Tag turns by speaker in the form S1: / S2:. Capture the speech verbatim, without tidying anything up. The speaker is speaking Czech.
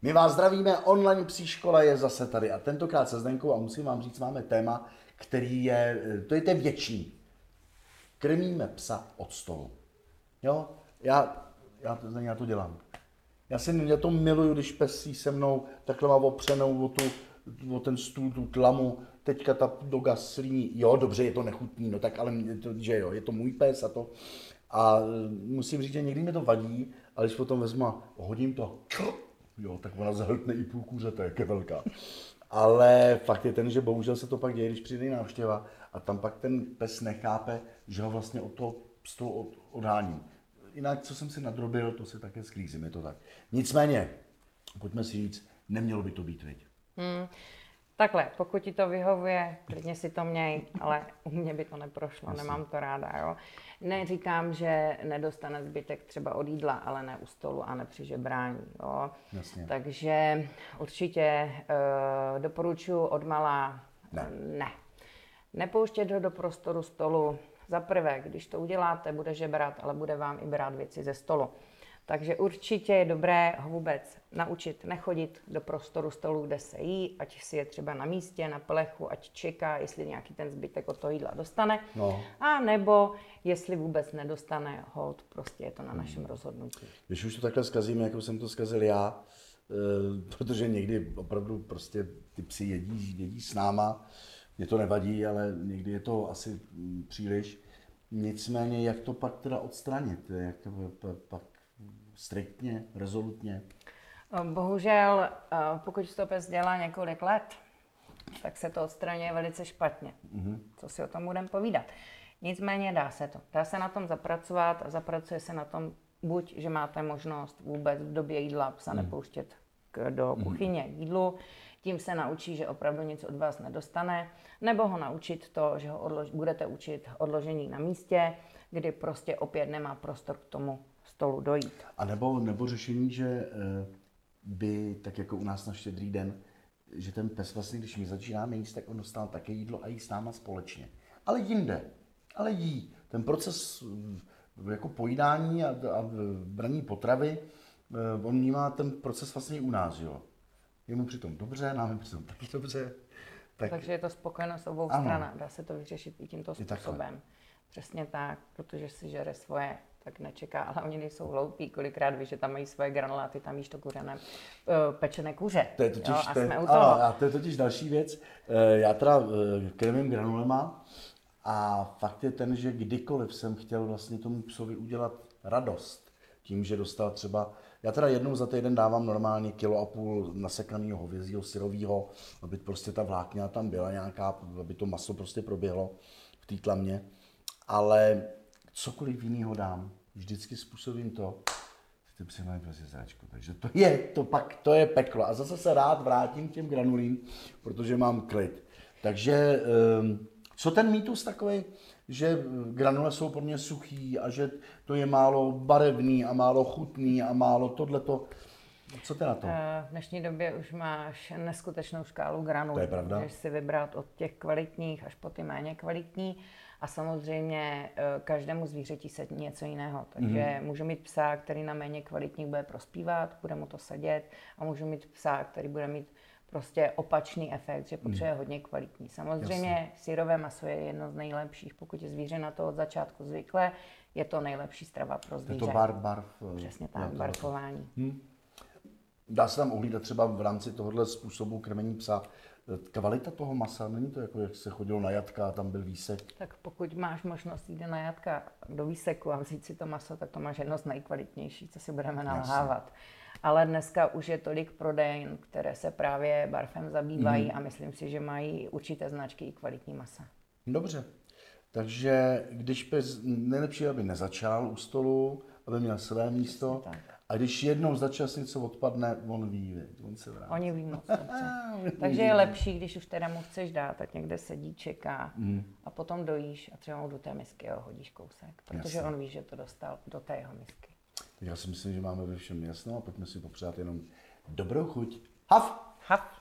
S1: My vás zdravíme, online psí škola je zase tady a tentokrát se Zdenkou a musím vám říct, máme téma, který je, to je ten věčný. Krmíme psa od stolu. Jo, já, já, to, já to dělám. Já, si, já to miluju, když pes jí se mnou takhle má opřenou o, tu, o ten stůl, tu tlamu, teďka ta doga slíní, jo, dobře, je to nechutný, no tak ale to, že jo, je to můj pes a to. A musím říct, že někdy mi to vadí, ale když potom vezmu a hodím to, jo, tak ona zahltne i půl kuřete, jak je velká. Ale fakt je ten, že bohužel se to pak děje, když přijde návštěva a tam pak ten pes nechápe, že ho vlastně od toho stolu od, odhání. Jinak, co jsem si nadrobil, to si také sklízím, je to tak. Nicméně, pojďme si říct, nemělo by to být, viď?
S2: Hmm. Takhle, pokud ti to vyhovuje, klidně si to měj, ale u mě by to neprošlo, Jasně. Nemám to ráda, jo. Neříkám, že nedostane zbytek třeba od jídla, ale ne u stolu a ne při žebrání, jo.
S1: Jasně.
S2: Takže určitě uh, doporučuji odmala
S1: ne.
S2: ne. Nepouštět ho do prostoru stolu. Za prvé, když to uděláte, bude žebrat, ale bude vám i brát věci ze stolu. Takže určitě je dobré ho vůbec naučit nechodit do prostoru stolu, kde se jí, ať si je třeba na místě, na plechu, ať čeká, jestli nějaký ten zbytek od toho jídla dostane,
S1: no.
S2: A nebo jestli vůbec nedostane, hold, prostě je to na našem rozhodnutí.
S1: Když už to takhle zkazíme, jako jsem to zkazil já, e, protože někdy opravdu prostě ty psi jedí, jedí s náma, mě to nevadí, ale někdy je to asi příliš. Nicméně, jak to pak teda odstranit? Jak to pak striktně, rezolutně?
S2: Bohužel, pokud to pes dělá několik let, tak se to odstraňuje velice špatně. Mm-hmm. Co si o tom budeme povídat. Nicméně dá se to. Dá se na tom zapracovat a zapracuje se na tom buď, že máte možnost vůbec v době jídla psa mm. nepouštět k, do kuchyně mm. jídlu, tím se naučí, že opravdu nic od vás nedostane, nebo ho naučit to, že ho odlož, budete učit odložení na místě, kdy prostě opět nemá prostor k tomu stolu dojít.
S1: A nebo, nebo řešení, že by, tak jako u nás na Štědrý den, že ten pes vlastně, když my začínáme jíst, tak on dostal také jídlo a jí s náma společně. Ale jinde, ale jí. Ten proces jako pojídání a, a braní potravy, on vnímá ten proces vlastně u nás, jo. Je mu přitom dobře, nám je přitom taky dobře. Tak... Takže
S2: je to spokojenost obou stran, dá se to vyřešit i tímto způsobem. Přesně tak, protože si žere svoje, tak nečeká, ale oni nejsou hloupí, kolikrát ví, že tam mají svoje granuláty, tam jíš to kuřené, pečené kuře.
S1: To je totiž,
S2: jo,
S1: to je,
S2: a jsme u toho.
S1: A to je totiž další věc. Já teda krmím granulema a fakt je ten, že kdykoliv jsem chtěl vlastně tomu psovi udělat radost, tím, že dostal třeba, já teda jednou za týden dávám normálně kilo a půl nasekaného hovězího, syrovýho, aby prostě ta vláknina tam byla nějaká, aby to maso prostě proběhlo v té tlamě. Ale cokoliv jiného dám, vždycky způsobím to, že ty psy mají prostě zračku. Takže to je, to pak, to je peklo. A zase se rád vrátím k těm granulím, protože mám klid. Takže co ten mýtus takový, že granule jsou pro mě suchý a že to je málo barevný a málo chutný a málo tohleto. Co ty na to?
S2: V dnešní době už máš neskutečnou škálu granulů.
S1: To je pravda.
S2: Můžeš si vybrat od těch kvalitních až po ty méně kvalitní. A samozřejmě každému zvířeti sedí něco jiného. Takže mm-hmm. můžu mít psa, který na méně kvalitních bude prospívat, bude mu to sedět, a můžu mít psa, který bude mít prostě opačný efekt, že potřebuje mm. hodně kvalitní. Samozřejmě Jasně. syrové maso je jedno z nejlepších. Pokud je zvíře na to od začátku zvyklé, je to nejlepší strava pro zvíře.
S1: Je to barv, barv.
S2: Přesně tak, barvování.
S1: Hmm. Dá se tam ohlídat třeba v rámci tohohle způsobu krmení psa kvalita toho masa? Není to jako, jak se chodilo na jatka a tam byl výsek?
S2: Tak pokud máš možnost jít na jatka do výseku a vzít si to maso, tak to máš jedno z nejkvalitnější, co si budeme nalhávat. Ale dneska už je tolik prodejen, které se právě barvem zabývají mm. a myslím si, že mají určité značky i kvalitní masa.
S1: Dobře. Takže když pes nejlepší, aby nezačal u stolu, aby měl své místo. A když jednou začal si něco odpadne, on ví, on se vrátí.
S2: Oni ví moc dobře. Takže je lepší, když už teda mu chceš dát, ať někde sedí, čeká mm. a potom dojíš a třeba mu do té misky ho hodíš kousek, protože Jasně. on ví, že to dostal do té jeho misky.
S1: Tak já si myslím, že máme ve všem jasno a pojďme si popřát jenom dobrou chuť. Hav!
S2: Hav!